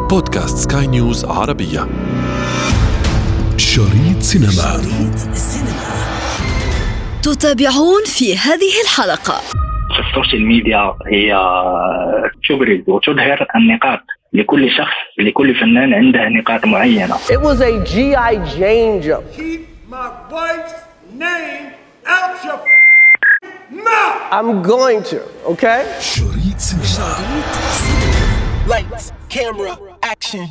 بودكاست سكاي نيوز عربية. شريط سينما. تتابعون في هذه الحلقة. السوشيال ميديا هي تبرز وتظهر النقاط لكل شخص، لكل فنان عنده نقاط معينة. It was a G.I. Jane jump. Keep my wife's name out your mouth. I'm going to, okay? شريط سينما. Lights, camera, action.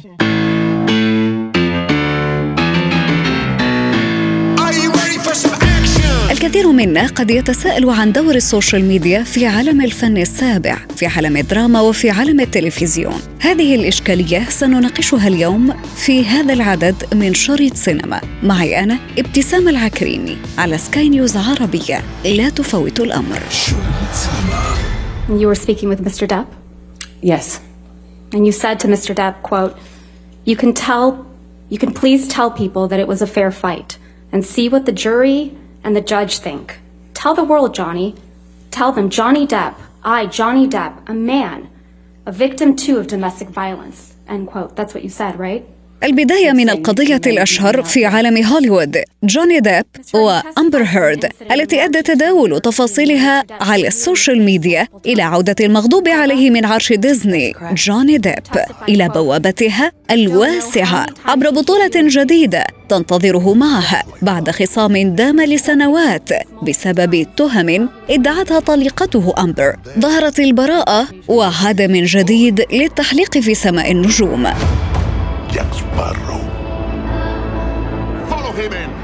Are you ready for some action? الكثير منا قد يتساءل عن دور السوشيال ميديا في عالم الفن السابع، في عالم الدراما وفي عالم التلفزيون. هذه الإشكالية سنناقشها اليوم في هذا العدد من شريط سينما. معي أنا ابتسام العكريمي على سكاي نيوز عربية. لا تفوتوا الأمر. شريط سينما. You were speaking with Mr. Depp? Yes. And you said to Mr. Depp, quote, you can please tell people that it was a fair fight and see what the jury and the judge think. Tell the world, Johnny. Tell them Johnny Depp, Johnny Depp, a man, a victim too of domestic violence, end quote. That's what you said, right? البداية من القضية الأشهر في عالم هوليوود، جوني ديب وأمبر هيرد، التي أدى تداول تفاصيلها على السوشيال ميديا إلى عودة المغضوب عليه من عرش ديزني جوني ديب إلى بوابتها الواسعة عبر بطولة جديدة تنتظره معها بعد خصام دام لسنوات بسبب تهم ادعتها طليقته أمبر. ظهرت البراءة وعاد من جديد للتحليق في سماء النجوم. Jack Sparrow. Follow him in.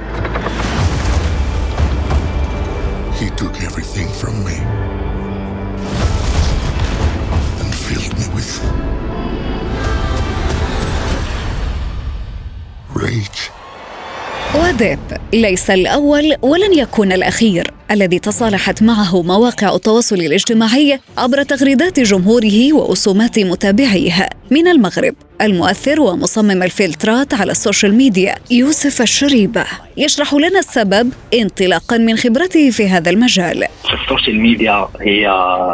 He took everything from me and filled me with rage. وديب ليس الأول ولن يكون الأخير الذي تصالحت معه مواقع التواصل الاجتماعي عبر تغريدات جمهوره وأسومات متابعيه. من المغرب، المؤثر ومصمم الفلترات على السوشيال ميديا يوسف الشريبة يشرح لنا السبب انطلاقا من خبرته في هذا المجال. السوشيال ميديا هي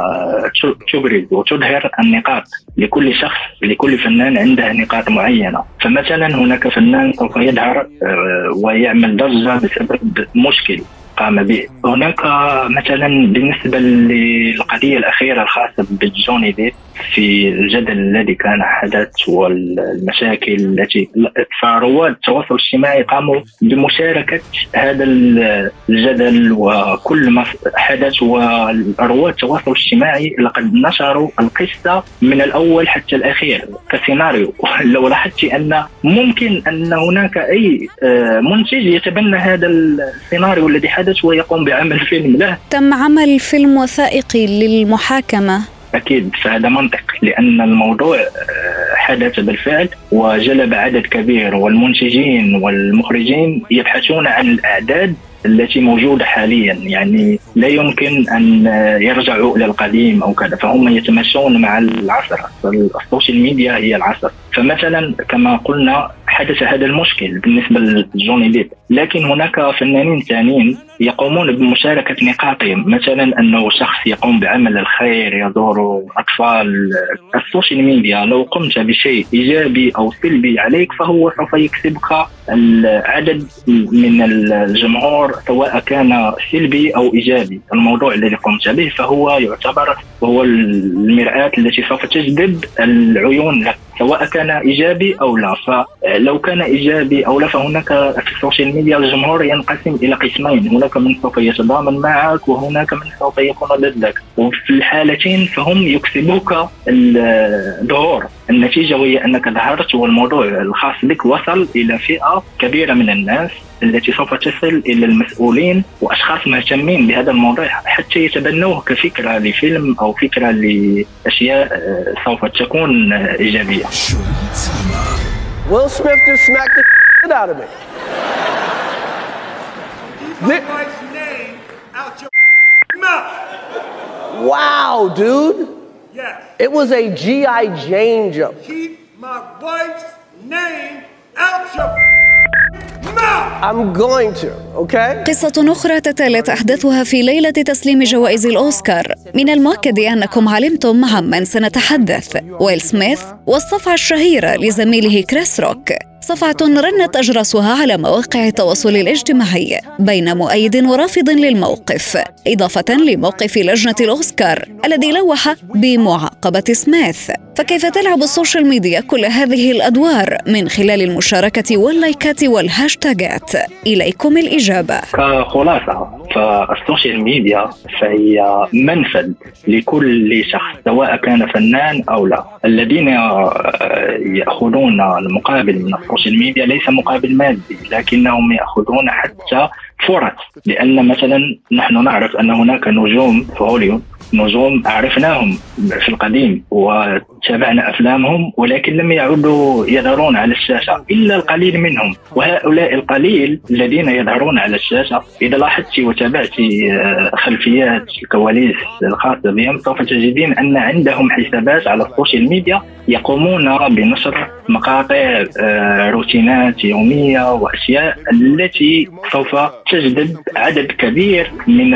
تبرز وتظهر النقاط لكل شخص، لكل فنان عنده نقاط معينة. فمثلا هناك فنان سوف يظهر ويعمل ضجة بسبب مشكل قام به. هناك مثلا بالنسبة للقضية الأخيرة الخاصة بجوني ديب في الجدل الذي كان حدث والمشاكل التي فرواد التواصل الاجتماعي قاموا بمشاركة هذا الجدل وكل ما حدث، ورواد التواصل الاجتماعي لقد نشروا القصة من الأول حتى الأخير كسيناريو. لو لاحظت أن ممكن أن هناك أي منتج يتبنى هذا السيناريو الذي حدث ويقوم بعمل فيلم له. تم عمل فيلم وثائقي للمحاكمة. أكيد، فهذا منطق لأن الموضوع حدث بالفعل وجلب عدد كبير، والمنتجين والمخرجين يبحثون عن الأعداد التي موجودة حاليا، يعني لا يمكن أن يرجعوا إلى القديم أو كذا، فهم يتمشون مع العصر. السوشيال ميديا هي العصر. فمثلا كما قلنا حدث هذا المشكل بالنسبة لجوني ديب، لكن هناك فنانين ثانيين يقومون بمشاركة نقاطهم، مثلا أنه شخص يقوم بعمل الخير يزور أطفال. السوشيال ميديا لو قمت بشيء إيجابي أو سلبي عليك فهو سوف يكسبك العدد من الجمهور سواء كان سلبي أو إيجابي. الموضوع الذي قمت به فهو يعتبر هو المرآة التي سوف تجذب العيون لك سواء كان إيجابي أو لا. فلو كان إيجابي أو لا فهناك في السوشيال ميديا الجمهور ينقسم إلى قسمين، هناك من سوف يتضامن معك وهناك من سوف يكون ضدك، وفي الحالتين فهم يكسبوك الظهور. النتيجة هي أنك ظهرت والموضوع الخاص بك وصل إلى فئة كبيرة من الناس التي سوف تصل إلى المسؤولين وأشخاص مهتمين بهذا الموضوع حتى يتبنوه كفكرة لفيلم أو فكرة لأشياء سوف تكون إيجابية. Will Smith just smacked the shit out of me. Keep my wife's name out your mouth. Wow, dude. Yes. It was a G.I. Jane jump. Keep my wife's name out your mouth. I'm going to, okay? قصة أخرى تتالت أحداثها في ليلة تسليم جوائز الأوسكار. من المؤكد أنكم علمتم عمن سنتحدث: ويل سميث والصفعة الشهيرة لزميله كريس روك، صفعة رنت أجراسها على مواقع التواصل الاجتماعي بين مؤيد ورافض للموقف، إضافة لموقف لجنة الأوسكار الذي لوح بمعاقبة سميث. فكيف تلعب السوشيال ميديا كل هذه الأدوار من خلال المشاركة واللايكات والهاشتاجات؟ إليكم الإجابة. كخلاصة، فالسوشيال ميديا فهي منفذ لكل شخص سواء كان فنان أو لا. الذين يأخذون المقابل من السوشيال ميديا ليس مقابل مادي، لكنهم يأخذون حتى فرص. لأن مثلا نحن نعرف أن هناك نجوم في هوليوود، نجوم عرفناهم في القديم وتابعنا أفلامهم، ولكن لم يعودوا يظهرون على الشاشة إلا القليل منهم. وهؤلاء القليل الذين يظهرون على الشاشة، إذا لاحظت وتابعت خلفيات الكواليس الخاصة بهم، سوف تجدين أن عندهم حسابات على السوشيال ميديا يقومون بنشر مقاطع روتينات يومية وأشياء التي سوف تجذب عدد كبير من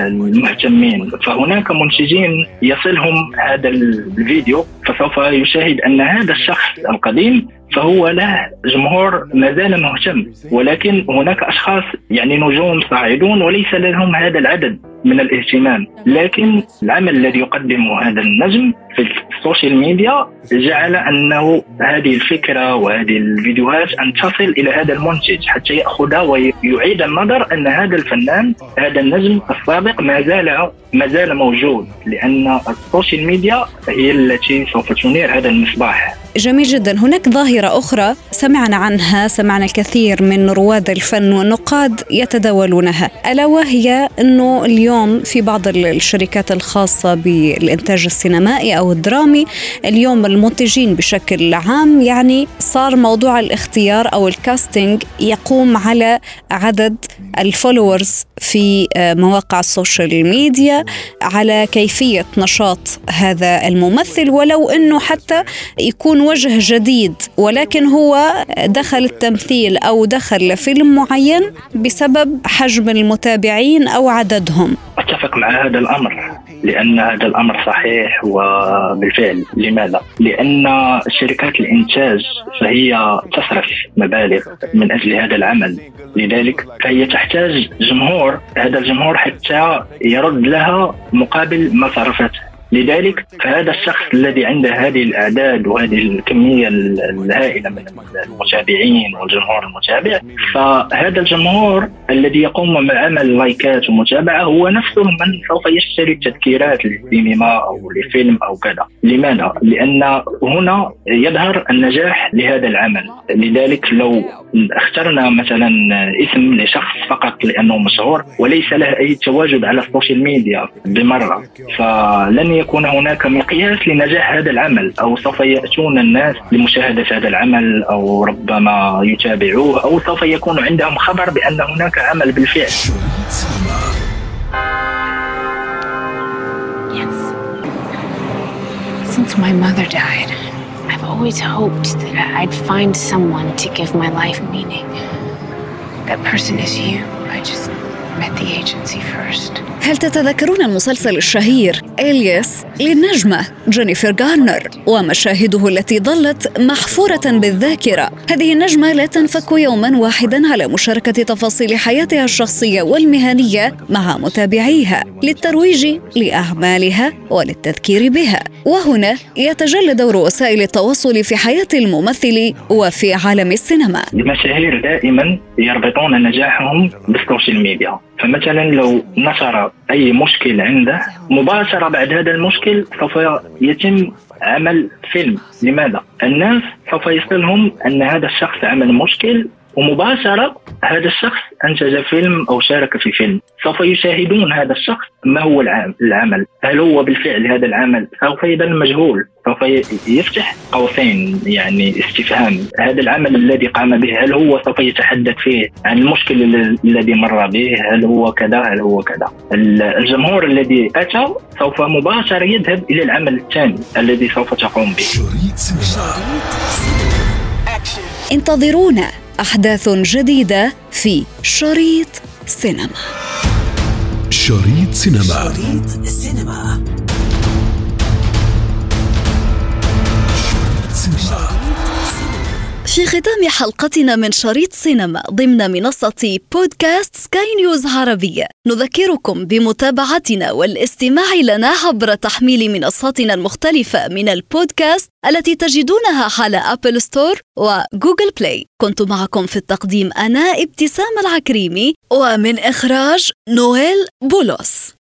المهتمين. فهناك منتجين يصلهم هذا الفيديو، فسوف يشاهد أن هذا الشخص القديم فهو له جمهور ما زال مهتم، ولكن هناك أشخاص يعني نجوم صاعدون وليس لهم هذا العدد من الاهتمام. لكن العمل الذي يقدمه هذا النجم في السوشيال ميديا جعل أنه هذه الفكرة وهذه الفيديوهات أن تصل إلى هذا المنتج حتى يأخذها ويعيد النظر أن هذا الفنان، هذا النجم السابق ما زال موجود، لأن السوشيال ميديا هي التي سوف تنير هذا المصباح. جميل جدا. هناك ظاهرة أخرى سمعنا عنها، سمعنا الكثير من رواد الفن والنقاد يتداولونها، ألا وهي أنه اليوم في بعض الشركات الخاصة بالإنتاج السينمائي أو الدرامي، اليوم المنتجين بشكل عام يعني صار موضوع الاختيار أو الكاستينج يقوم على عدد الفولورز في مواقع السوشيال ميديا، على كيفية نشاط هذا الممثل، ولو أنه حتى يكون وجه جديد ولكن هو دخل التمثيل أو دخل فيلم معين بسبب حجم المتابعين أو عددهم. أتفق مع هذا الأمر، لأن هذا الأمر صحيح وبالفعل. لماذا؟ لأن شركات الإنتاج فهي تصرف مبالغ من أجل هذا العمل، لذلك فهي تحتاج جمهور، هذا الجمهور حتى يرد لها مقابل ما صرفته. لذلك فهذا الشخص الذي عنده هذه الأعداد وهذه الكمية الهائلة من المتابعين والجمهور المتابع، فهذا الجمهور الذي يقوم بعمل لايكات ومتابعة هو نفسه من سوف يشتري التذكيرات للسينما أو لفيلم أو كذا. لماذا؟ لأن هنا يظهر النجاح لهذا العمل. لذلك لو اخترنا مثلا اسم لشخص فقط لأنه مشهور وليس له أي تواجد على السوشيال ميديا بمرة، فلن يكون هناك مقياس لنجاح هذا العمل، أو سوف يأتون الناس لمشاهدة هذا العمل أو ربما يتابعوه، أو سوف يكون عندهم خبر بأن هناك عمل بالفعل. Yes. Since my mother died, I've always hoped that I'd find someone to give my life meaning. That person is you. I just met the agency first. هل تتذكرون المسلسل الشهير إلياس للنجمة جينيفر غارنر ومشاهده التي ظلت محفورة بالذاكرة؟ هذه النجمة لا تنفك يوما واحدا على مشاركة تفاصيل حياتها الشخصية والمهنية مع متابعيها للترويج لأعمالها وللتذكير بها. وهنا يتجلى دور وسائل التواصل في حياة الممثل وفي عالم السينما. المشاهير دائما يربطون نجاحهم بالسوشيال ميديا، فمثلا لو نشر أي مشكل عنده مباشرة بعد هذا المشكل سوف يتم عمل فيلم. لماذا؟ الناس سوف يصلهم أن هذا الشخص عمل مشكل ومباشرة هذا الشخص أنتج فيلم أو شارك في فيلم، سوف يشاهدون هذا الشخص ما هو العمل، هل هو بالفعل هذا العمل، سوف يظل مجهول، سوف يفتح قوسين يعني استفهام، هذا العمل الذي قام به هل هو سوف يتحدث فيه عن المشكل الذي مر به، هل هو كذا هل هو كذا. الجمهور الذي أتى سوف مباشرة يذهب إلى العمل الثاني الذي سوف تقوم به. انتظرونا أحداث جديدة في شريط سينما. شريط سينما. شريط سينما. في ختام حلقتنا من شريط سينما ضمن منصة بودكاست سكاي نيوز عربية، نذكركم بمتابعتنا والاستماع لنا عبر تحميل منصاتنا المختلفة من البودكاست التي تجدونها على أبل ستور وجوجل بلاي. كنت معكم في التقديم أنا ابتسام العكريمي، ومن إخراج نويل بولوس.